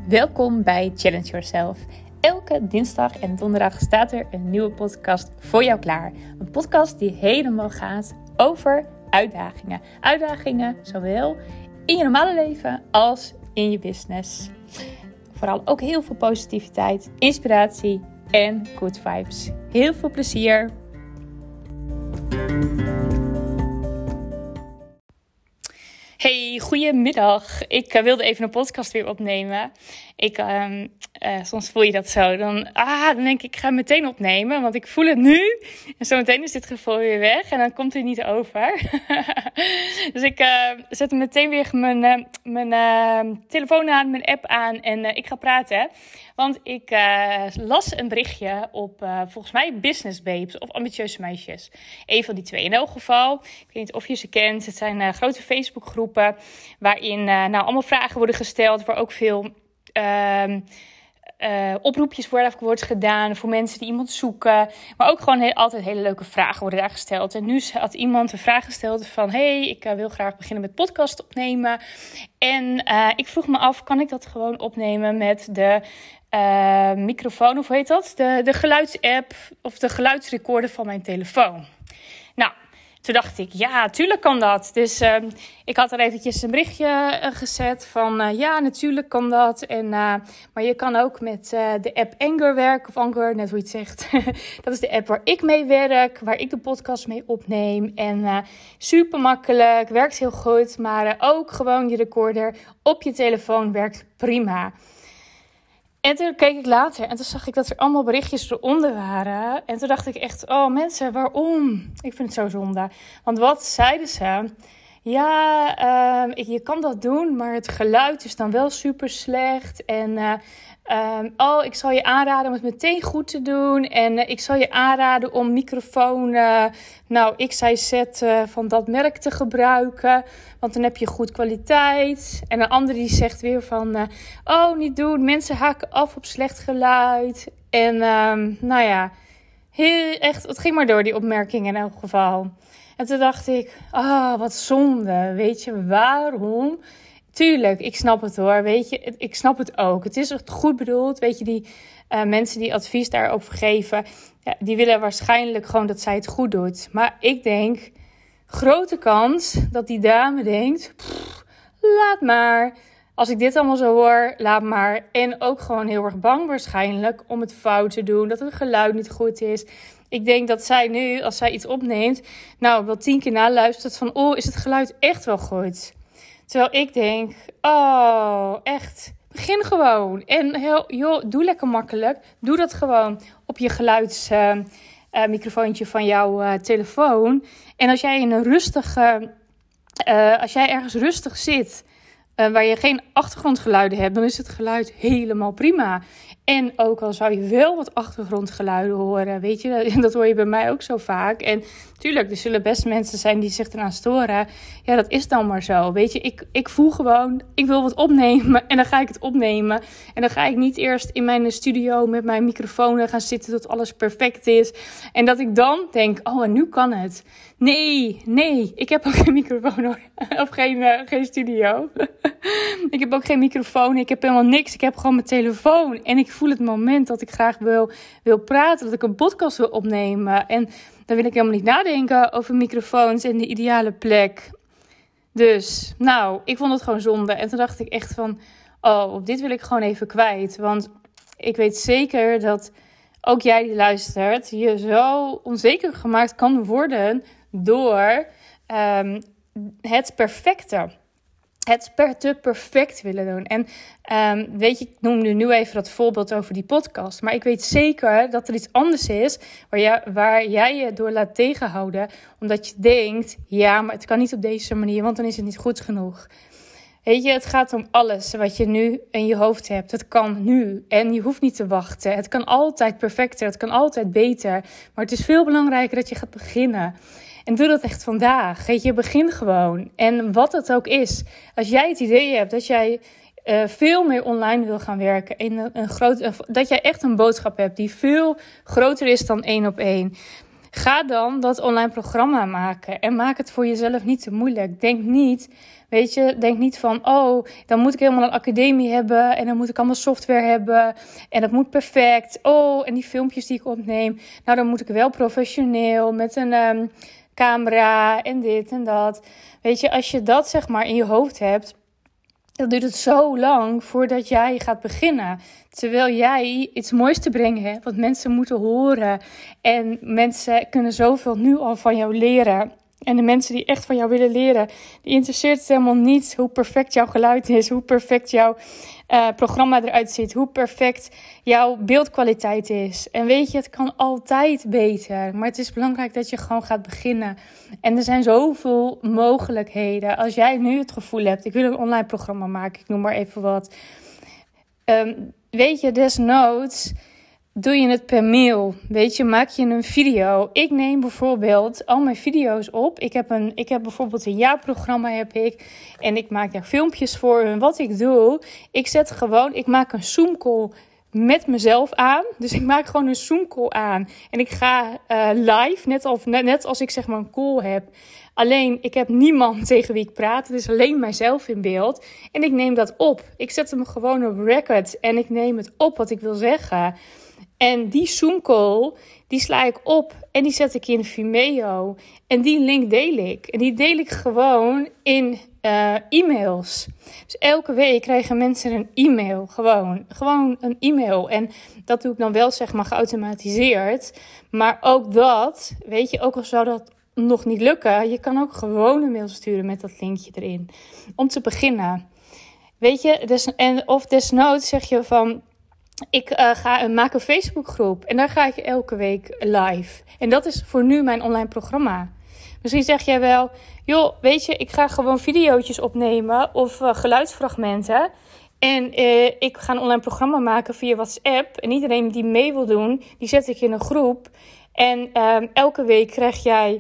Welkom bij Challenge Yourself. Elke dinsdag en donderdag staat er een nieuwe podcast voor jou klaar. Een podcast die helemaal gaat over uitdagingen. Uitdagingen zowel in je normale leven als in je business. Vooral ook heel veel positiviteit, inspiratie en good vibes. Heel veel plezier! Hey, goedemiddag. Ik wilde even een podcast weer opnemen. Soms voel je dat zo. Dan denk ik ga meteen opnemen, want ik voel het nu. En zometeen is dit gevoel weer weg en dan komt het niet over. Dus ik zet meteen weer mijn telefoon aan, mijn app aan en ik ga praten. Want ik las een berichtje op volgens mij Business Babes of Ambitieuze Meisjes. Eén van die twee. In elk geval, ik weet niet of je ze kent. Het zijn grote Facebookgroepen waarin allemaal vragen worden gesteld. Waar ook veel oproepjes wordt gedaan voor mensen die iemand zoeken. Maar ook gewoon altijd hele leuke vragen worden daar gesteld. En nu had iemand een vraag gesteld van... Hey, ik wil graag beginnen met podcast opnemen. En ik vroeg me af, kan ik dat gewoon opnemen met de microfoon? Of hoe heet dat? De geluidsapp of de geluidsrecorder van mijn telefoon. Nou, toen dacht ik, ja, tuurlijk kan dat. Dus ik had er eventjes een berichtje gezet van, ja, natuurlijk kan dat. En, maar je kan ook met de app Anchor werken, of Anchor, net hoe je het zegt. Dat is de app waar ik mee werk, waar ik de podcast mee opneem. En super makkelijk, werkt heel goed. Maar ook gewoon je recorder op je telefoon werkt prima. En toen keek ik later en toen zag ik dat er allemaal berichtjes eronder waren. En toen dacht ik echt, oh mensen, waarom? Ik vind het zo zonde. Want wat zeiden ze? Ja, je kan dat doen, maar het geluid is dan wel super slecht. En ik zal je aanraden om het meteen goed te doen. En ik zal je aanraden om microfoon XYZ van dat merk te gebruiken. Want dan heb je goed kwaliteit. En een andere die zegt weer van... niet doen, mensen haken af op slecht geluid. En echt, het ging maar door die opmerkingen in elk geval. En toen dacht ik, wat zonde, weet je, waarom? Tuurlijk, ik snap het hoor, weet je, ik snap het ook. Het is echt goed bedoeld, weet je, die mensen die advies daarover geven, ja, die willen waarschijnlijk gewoon dat zij het goed doet. Maar ik denk, grote kans dat die dame denkt, laat maar. Als ik dit allemaal zo hoor, laat maar. En ook gewoon heel erg bang waarschijnlijk om het fout te doen, dat het geluid niet goed is. Ik denk dat zij nu, als zij iets opneemt, wel 10 keer naluistert van, is het geluid echt wel goed? Terwijl ik denk, echt, begin gewoon. En doe lekker makkelijk. Doe dat gewoon op je geluidsmicrofoontje van jouw telefoon. En als jij als jij ergens rustig zit, waar je geen achtergrondgeluiden hebt, dan is het geluid helemaal prima. En ook al zou je wel wat achtergrondgeluiden horen, weet je, dat hoor je bij mij ook zo vaak. En tuurlijk, er zullen best mensen zijn die zich eraan storen. Ja, dat is dan maar zo, weet je. Ik voel gewoon, ik wil wat opnemen en dan ga ik het opnemen. En dan ga ik niet eerst in mijn studio met mijn microfoon gaan zitten tot alles perfect is. En dat ik dan denk, en nu kan het. Nee, ik heb ook geen microfoon of geen studio. Ik heb ook geen microfoon, ik heb helemaal niks. Ik heb gewoon mijn telefoon. En ik voel het moment dat ik graag wil praten, dat ik een podcast wil opnemen. En dan wil ik helemaal niet nadenken over microfoons en de ideale plek. Dus, ik vond het gewoon zonde. En toen dacht ik echt van, dit wil ik gewoon even kwijt. Want ik weet zeker dat ook jij die luistert, je zo onzeker gemaakt kan worden door het perfecte. Het te perfect willen doen. En weet je, ik noemde nu even dat voorbeeld over die podcast. Maar ik weet zeker dat er iets anders is waar jij je door laat tegenhouden. Omdat je denkt, ja, maar het kan niet op deze manier, want dan is het niet goed genoeg. Weet je, het gaat om alles wat je nu in je hoofd hebt. Het kan nu en je hoeft niet te wachten. Het kan altijd perfecter, het kan altijd beter. Maar het is veel belangrijker dat je gaat beginnen. En doe dat echt vandaag. Weet je, begin gewoon. En wat het ook is. Als jij het idee hebt dat jij veel meer online wil gaan werken. En dat jij echt een boodschap hebt die veel groter is dan 1-op-1. Ga dan dat online programma maken. En maak het voor jezelf niet te moeilijk. Denk niet, Weet je, denk niet van, oh, dan moet ik helemaal een academie hebben en dan moet ik allemaal software hebben en dat moet perfect. Oh, en die filmpjes die ik opneem, nou dan moet ik wel professioneel met een camera en dit en dat. Weet je, als je dat zeg maar in je hoofd hebt, dan duurt het zo lang voordat jij gaat beginnen. Terwijl jij iets moois te brengen hebt, wat mensen moeten horen. En mensen kunnen zoveel nu al van jou leren. En de mensen die echt van jou willen leren, die interesseert het helemaal niet hoe perfect jouw geluid is, hoe perfect jouw programma eruit ziet, hoe perfect jouw beeldkwaliteit is. En weet je, het kan altijd beter, maar het is belangrijk dat je gewoon gaat beginnen. En er zijn zoveel mogelijkheden. Als jij nu het gevoel hebt, ik wil een online programma maken, ik noem maar even wat. Weet je, desnoods doe je het per mail. Weet je, maak je een video. Ik neem bijvoorbeeld al mijn video's op. Ik heb bijvoorbeeld een jaarprogramma heb ik. En ik maak daar filmpjes voor. En wat ik doe, ik maak een Zoom call met mezelf aan. Dus ik maak gewoon een Zoom call aan. En ik ga live, net als ik zeg maar een call heb. Alleen, ik heb niemand tegen wie ik praat. Het is alleen mijzelf in beeld. En ik neem dat op. Ik zet hem gewoon op record. En ik neem het op wat ik wil zeggen. En die Zoom call, die sla ik op en die zet ik in Vimeo. En die link deel ik. En die deel ik gewoon in e-mails. Dus elke week krijgen mensen een e-mail. Gewoon een e-mail. En dat doe ik dan wel zeg maar geautomatiseerd. Maar ook dat, weet je, ook al zou dat nog niet lukken, je kan ook gewoon een mail sturen met dat linkje erin. Om te beginnen. Weet je, of desnoods zeg je van, ik maak een Facebookgroep en daar ga ik elke week live. En dat is voor nu mijn online programma. Misschien zeg jij wel, joh, weet je, ik ga gewoon video's opnemen of geluidsfragmenten. En ik ga een online programma maken via WhatsApp. En iedereen die mee wil doen, die zet ik in een groep. En elke week krijg jij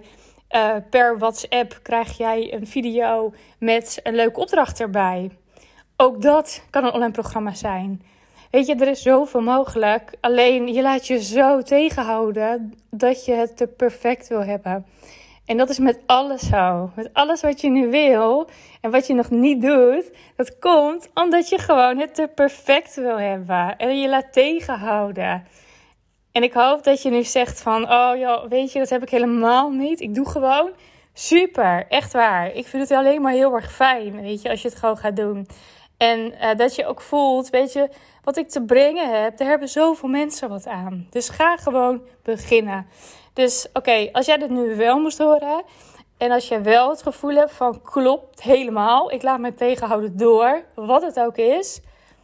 per WhatsApp een video met een leuke opdracht erbij. Ook dat kan een online programma zijn. Weet je, er is zoveel mogelijk. Alleen je laat je zo tegenhouden dat je het te perfect wil hebben. En dat is met alles zo. Met alles wat je nu wil en wat je nog niet doet. Dat komt omdat je gewoon het te perfect wil hebben. En je laat tegenhouden. En ik hoop dat je nu zegt van, oh ja, weet je, dat heb ik helemaal niet. Ik doe gewoon super, echt waar. Ik vind het alleen maar heel erg fijn, weet je, als je het gewoon gaat doen. En dat je ook voelt, weet je, wat ik te brengen heb, daar hebben zoveel mensen wat aan. Dus ga gewoon beginnen. Dus oké, als jij dit nu wel moest horen en als jij wel het gevoel hebt van klopt helemaal, ik laat me tegenhouden door, wat het ook is,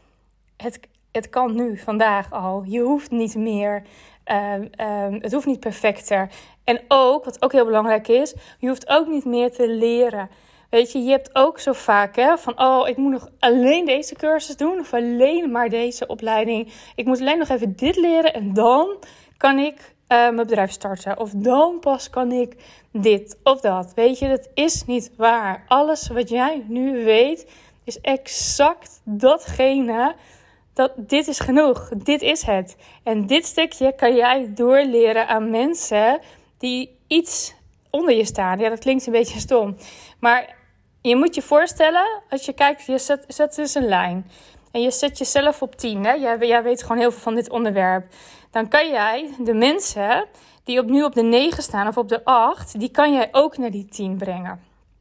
het kan nu, vandaag al. Je hoeft niet meer, het hoeft niet perfecter. En ook, wat ook heel belangrijk is, je hoeft ook niet meer te leren. Weet je hebt ook zo vaak van, oh, ik moet nog alleen deze cursus doen of alleen maar deze opleiding. Ik moet alleen nog even dit leren en dan kan ik mijn bedrijf starten. Of dan pas kan ik dit of dat. Weet je, dat is niet waar. Alles wat jij nu weet is exact datgene. Dit is genoeg. Dit is het. En dit stukje kan jij doorleren aan mensen die iets onder je staan. Ja, dat klinkt een beetje stom. Maar je moet je voorstellen, als je kijkt, je zet dus een lijn. En je zet jezelf op 10. Hè? Jij weet gewoon heel veel van dit onderwerp. Dan kan jij de mensen die nu op de 9 staan of op de 8, die kan jij ook naar die 10 brengen.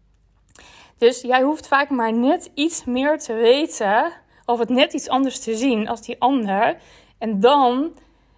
Dus jij hoeft vaak maar net iets meer te weten of het net iets anders te zien als die ander. En dan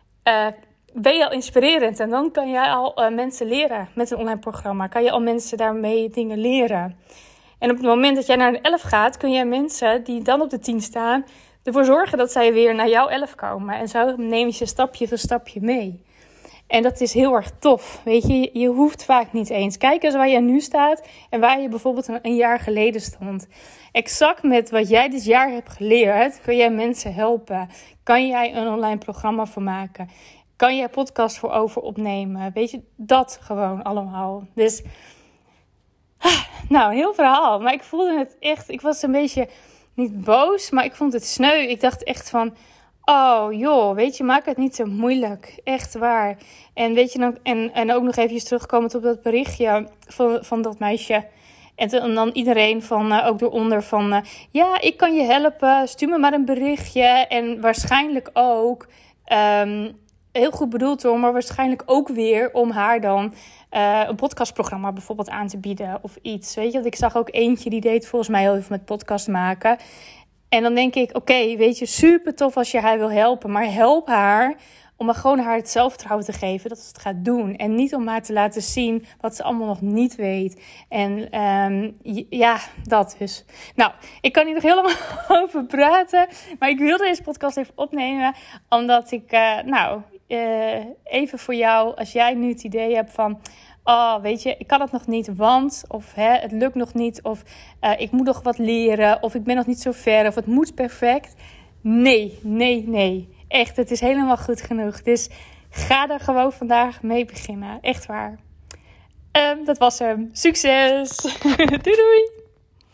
ben je al inspirerend en dan kan jij al mensen leren met een online programma. Kan je al mensen daarmee dingen leren. En op het moment dat jij naar een 11 gaat, kun jij mensen die dan op de 10 staan ervoor zorgen dat zij weer naar jouw 11 komen. En zo neem je ze stapje voor stapje mee. En dat is heel erg tof. Weet je, je hoeft vaak niet eens. Kijk eens waar je nu staat en waar je bijvoorbeeld een jaar geleden stond. Exact met wat jij dit jaar hebt geleerd, kun jij mensen helpen. Kan jij een online programma voor maken? Kan jij podcast voor over opnemen? Weet je, dat gewoon allemaal. Dus, nou, een heel verhaal. Maar ik voelde het echt, ik was een beetje niet boos, maar ik vond het sneu. Ik dacht echt van, oh joh, weet je, maak het niet zo moeilijk. Echt waar. En weet je, en ook nog even terugkomend op dat berichtje van dat meisje. En dan iedereen van, ook eronder van... ja, ik kan je helpen. Stuur me maar een berichtje. En waarschijnlijk ook... heel goed bedoeld hoor, maar waarschijnlijk ook weer om haar dan... een podcastprogramma bijvoorbeeld aan te bieden of iets. Weet je, want ik zag ook eentje die deed volgens mij heel even met podcast maken. En dan denk ik, oké, weet je, super tof als je haar wil helpen. Maar help haar om haar het zelfvertrouwen te geven dat ze het gaat doen. En niet om haar te laten zien wat ze allemaal nog niet weet. En ja, dat dus. Nou, ik kan hier nog heel lang over praten. Maar ik wilde deze podcast even opnemen. Omdat ik, even voor jou, als jij nu het idee hebt van... oh, weet je, ik kan het nog niet, want... of het lukt nog niet, of ik moet nog wat leren... of ik ben nog niet zo ver, of het moet perfect. Nee. Echt, het is helemaal goed genoeg. Dus ga er gewoon vandaag mee beginnen. Echt waar. Dat was hem. Succes! Doei!